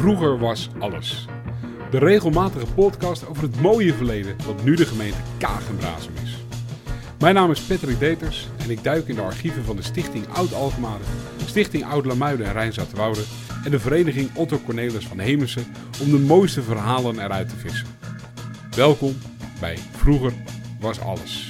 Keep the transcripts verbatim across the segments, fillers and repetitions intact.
Vroeger was alles. De regelmatige podcast over het mooie verleden dat nu de gemeente Kaag en Braassem is. Mijn naam is Patrick Deters en ik duik in de archieven van de Stichting Oud-Alkmaar, Stichting Oud-Lamuiden en Rijnzaterwoude en de vereniging Otto Cornelis van Hemessen om de mooiste verhalen eruit te vissen. Welkom bij Vroeger was alles.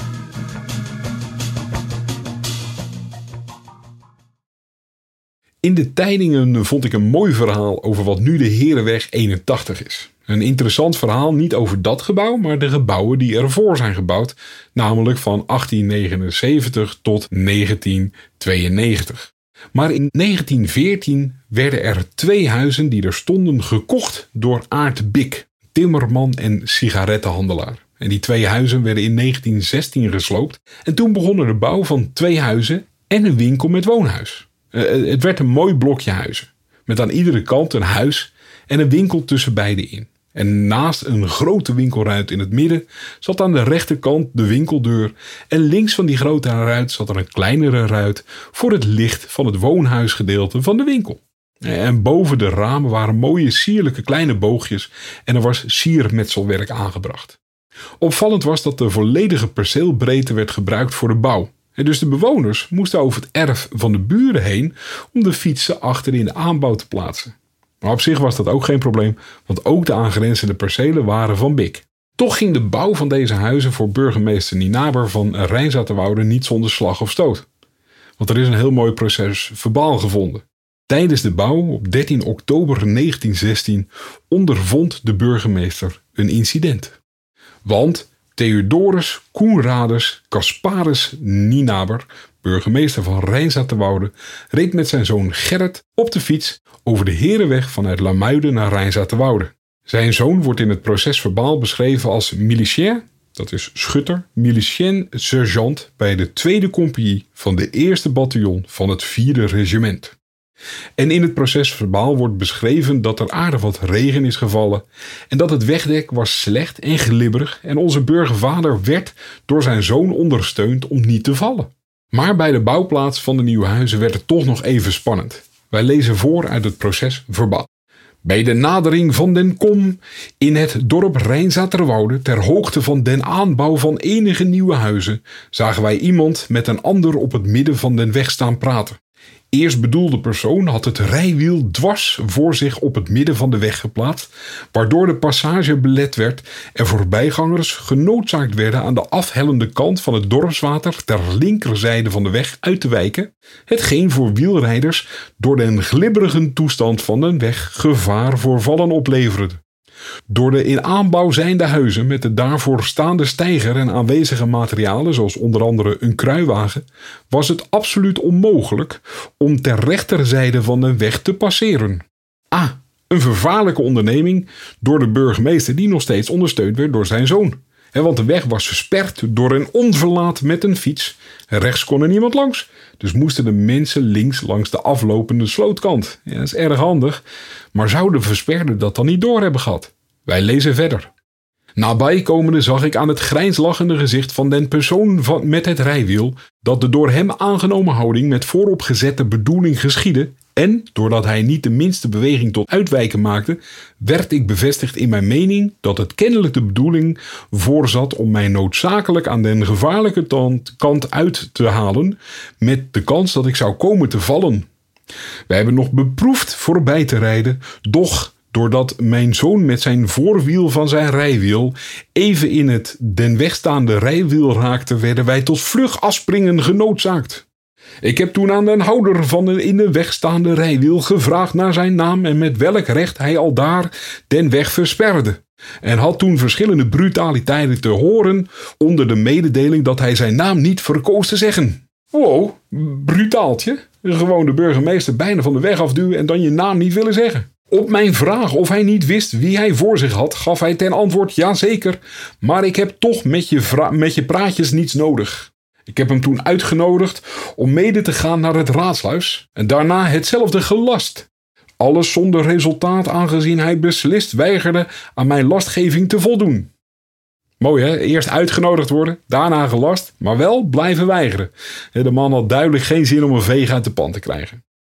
In de tijdingen vond ik een mooi verhaal over wat nu de Herenweg eenentachtig is. Een interessant verhaal niet over dat gebouw, maar de gebouwen die ervoor zijn gebouwd, namelijk van achttien negenenzeventig tot negentien tweeënnegentig. Maar in negentien veertien werden er twee huizen die er stonden gekocht door Aart Bik, timmerman en sigarettenhandelaar. En die twee huizen werden in negentien zestien gesloopt en toen begon er de bouw van twee huizen en een winkel met woonhuis. Uh, het werd een mooi blokje huizen, met aan iedere kant een huis en een winkel tussen beide in. En naast een grote winkelruit in het midden zat aan de rechterkant de winkeldeur en links van die grote ruit zat er een kleinere ruit voor het licht van het woonhuisgedeelte van de winkel. En boven de ramen waren mooie sierlijke kleine boogjes en er was siermetselwerk aangebracht. Opvallend was dat de volledige perceelbreedte werd gebruikt voor de bouw. En dus de bewoners moesten over het erf van de buren heen om de fietsen achter in de aanbouw te plaatsen. Maar op zich was dat ook geen probleem, want ook de aangrenzende percelen waren van Bik. Toch ging de bouw van deze huizen voor burgemeester Nienaber van Rijnzaterwoude niet zonder slag of stoot. Want er is een heel mooi proces verbaal gevonden. Tijdens de bouw op dertien oktober negentien zestien ondervond de burgemeester een incident. Want Theodorus Coenraadus Casparus Nienaber, burgemeester van Rijnzaterwoude, reed met zijn zoon Gerrit op de fiets over de Herenweg vanuit Lamuiden naar Rijnzaterwoude. Zijn zoon wordt in het proces verbaal beschreven als milicien, dat is schutter, milicien sergeant bij de tweede compagnie van de eerste bataljon van het vierde regiment. En in het proces verbaal wordt beschreven dat er aardig wat regen is gevallen en dat het wegdek was slecht en glibberig en onze burgervader werd door zijn zoon ondersteund om niet te vallen. Maar bij de bouwplaats van de nieuwe huizen werd het toch nog even spannend. Wij lezen voor uit het proces verbaal. Bij de nadering van den Kom in het dorp Rijnzaterwoude ter hoogte van den aanbouw van enige nieuwe huizen zagen wij iemand met een ander op het midden van den weg staan praten. Eerst bedoelde persoon had het rijwiel dwars voor zich op het midden van de weg geplaatst, waardoor de passage belet werd en voorbijgangers genoodzaakt werden aan de afhellende kant van het dorpswater ter linkerzijde van de weg uit te wijken, hetgeen voor wielrijders door de glibberige toestand van de weg gevaar voor vallen opleverde. Door de in aanbouw zijnde huizen met de daarvoor staande steiger en aanwezige materialen, zoals onder andere een kruiwagen, was het absoluut onmogelijk om ter rechterzijde van de weg te passeren. Ah, een vervaarlijke onderneming door de burgemeester die nog steeds ondersteund werd door zijn zoon. Want de weg was versperd door een onverlaat met een fiets. Rechts kon er niemand langs, dus moesten de mensen links langs de aflopende slootkant. Ja, dat is erg handig, maar zou de versperde dat dan niet door hebben gehad? Wij lezen verder. Nabijkomende zag ik aan het grijnslachende gezicht van den persoon van met het rijwiel dat de door hem aangenomen houding met vooropgezette bedoeling geschiedde en, doordat hij niet de minste beweging tot uitwijken maakte, werd ik bevestigd in mijn mening dat het kennelijk de bedoeling voorzat om mij noodzakelijk aan den gevaarlijke kant uit te halen, met de kans dat ik zou komen te vallen. Wij hebben nog beproefd voorbij te rijden, doch doordat mijn zoon met zijn voorwiel van zijn rijwiel even in het den wegstaande rijwiel raakte, werden wij tot vlug afspringen genoodzaakt. Ik heb toen aan den houder van de in de weg staande rijwiel gevraagd naar zijn naam en met welk recht hij al daar den weg versperde. En had toen verschillende brutaliteiten te horen onder de mededeling dat hij zijn naam niet verkoos te zeggen. Wow, brutaaltje. Gewoon de burgemeester bijna van de weg afduwen en dan je naam niet willen zeggen. Op mijn vraag of hij niet wist wie hij voor zich had, gaf hij ten antwoord jazeker, maar ik heb toch met je, vra- met je praatjes niets nodig. Ik heb hem toen uitgenodigd om mede te gaan naar het raadshuis en daarna hetzelfde gelast. Alles zonder resultaat aangezien hij beslist weigerde aan mijn lastgeving te voldoen. Mooi hè, eerst uitgenodigd worden, daarna gelast, maar wel blijven weigeren. De man had duidelijk geen zin om een veeg uit de pan te krijgen.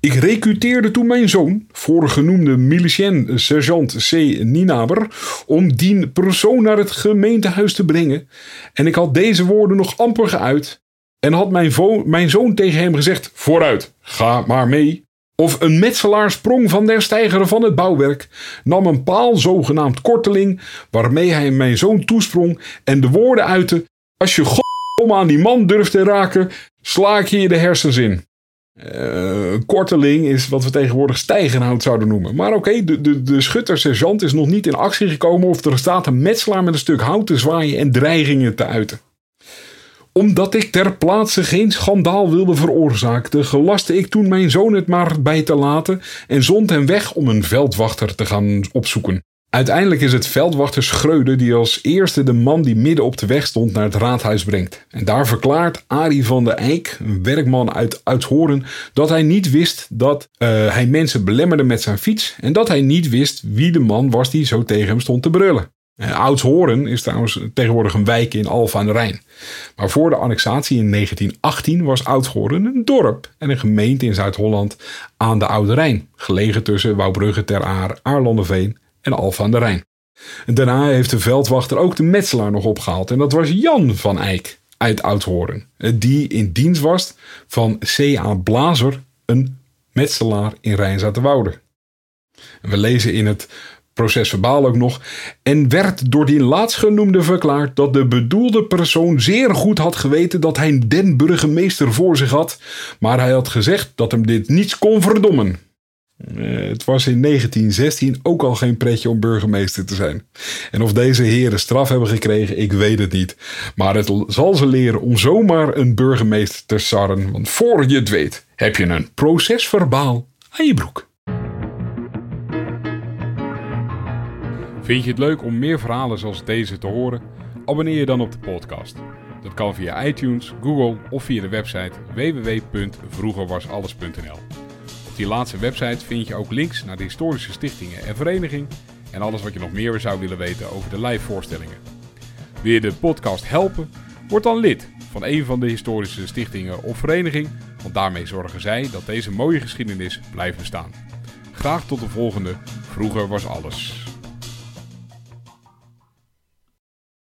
Ik recruteerde toen mijn zoon, voorgenoemde milicien sergeant C. Nienaber, om dien persoon naar het gemeentehuis te brengen. En ik had deze woorden nog amper geuit. En had mijn, vo- mijn zoon tegen hem gezegd, vooruit, ga maar mee. Of een metselaar sprong van der steigeren van het bouwwerk, nam een paal, zogenaamd korteling, waarmee hij mijn zoon toesprong en de woorden uitte, als je godom aan die man durft te raken, sla ik je je de hersens in. Uh, korteling is wat we tegenwoordig steigenhout zouden noemen. Maar oké, okay, de, de, de schutter-sergeant is nog niet in actie gekomen of er staat een metselaar met een stuk hout te zwaaien en dreigingen te uiten. Omdat ik ter plaatse geen schandaal wilde veroorzaken, gelastte ik toen mijn zoon het maar bij te laten en zond hem weg om een veldwachter te gaan opzoeken. Uiteindelijk is het veldwachter Schreuder die als eerste de man die midden op de weg stond naar het raadhuis brengt. En daar verklaart Arie van der Eyck, een werkman uit Oudshoorn, dat hij niet wist dat uh, hij mensen belemmerde met zijn fiets en dat hij niet wist wie de man was die zo tegen hem stond te brullen. Uh, Oudshoorn is trouwens tegenwoordig een wijk in Alphen aan de Rijn. Maar voor de annexatie in negentien achttien was Oudshoorn een dorp en een gemeente in Zuid-Holland aan de Oude Rijn, gelegen tussen Wouwbrugge ter Aar, Aarlanderveen en Alphen aan de Rijn. En daarna heeft de veldwachter ook de metselaar nog opgehaald. En dat was Jan van Eyck uit Oudshoorn. Die in dienst was van C A Blazer, een metselaar in Rijnzaterwoude. We lezen in het procesverbaal ook nog. En werd door die laatstgenoemde verklaard dat de bedoelde persoon zeer goed had geweten dat hij den burgemeester voor zich had. Maar hij had gezegd dat hem dit niets kon verdommen. Uh, het was in negentien zestien ook al geen pretje om burgemeester te zijn. En of deze heren straf hebben gekregen, ik weet het niet. Maar het zal ze leren om zomaar een burgemeester te sarren. Want voor je het weet, heb je een procesverbaal aan je broek. Vind je het leuk om meer verhalen zoals deze te horen? Abonneer je dan op de podcast. Dat kan via iTunes, Google of via de website w w w punt vroeger was alles punt n l. Op die laatste website vind je ook links naar de historische stichtingen en vereniging en alles wat je nog meer zou willen weten over de live voorstellingen. Wil je de podcast helpen? Word dan lid van een van de historische stichtingen of vereniging, want daarmee zorgen zij dat deze mooie geschiedenis blijft bestaan. Graag tot de volgende. Vroeger was alles.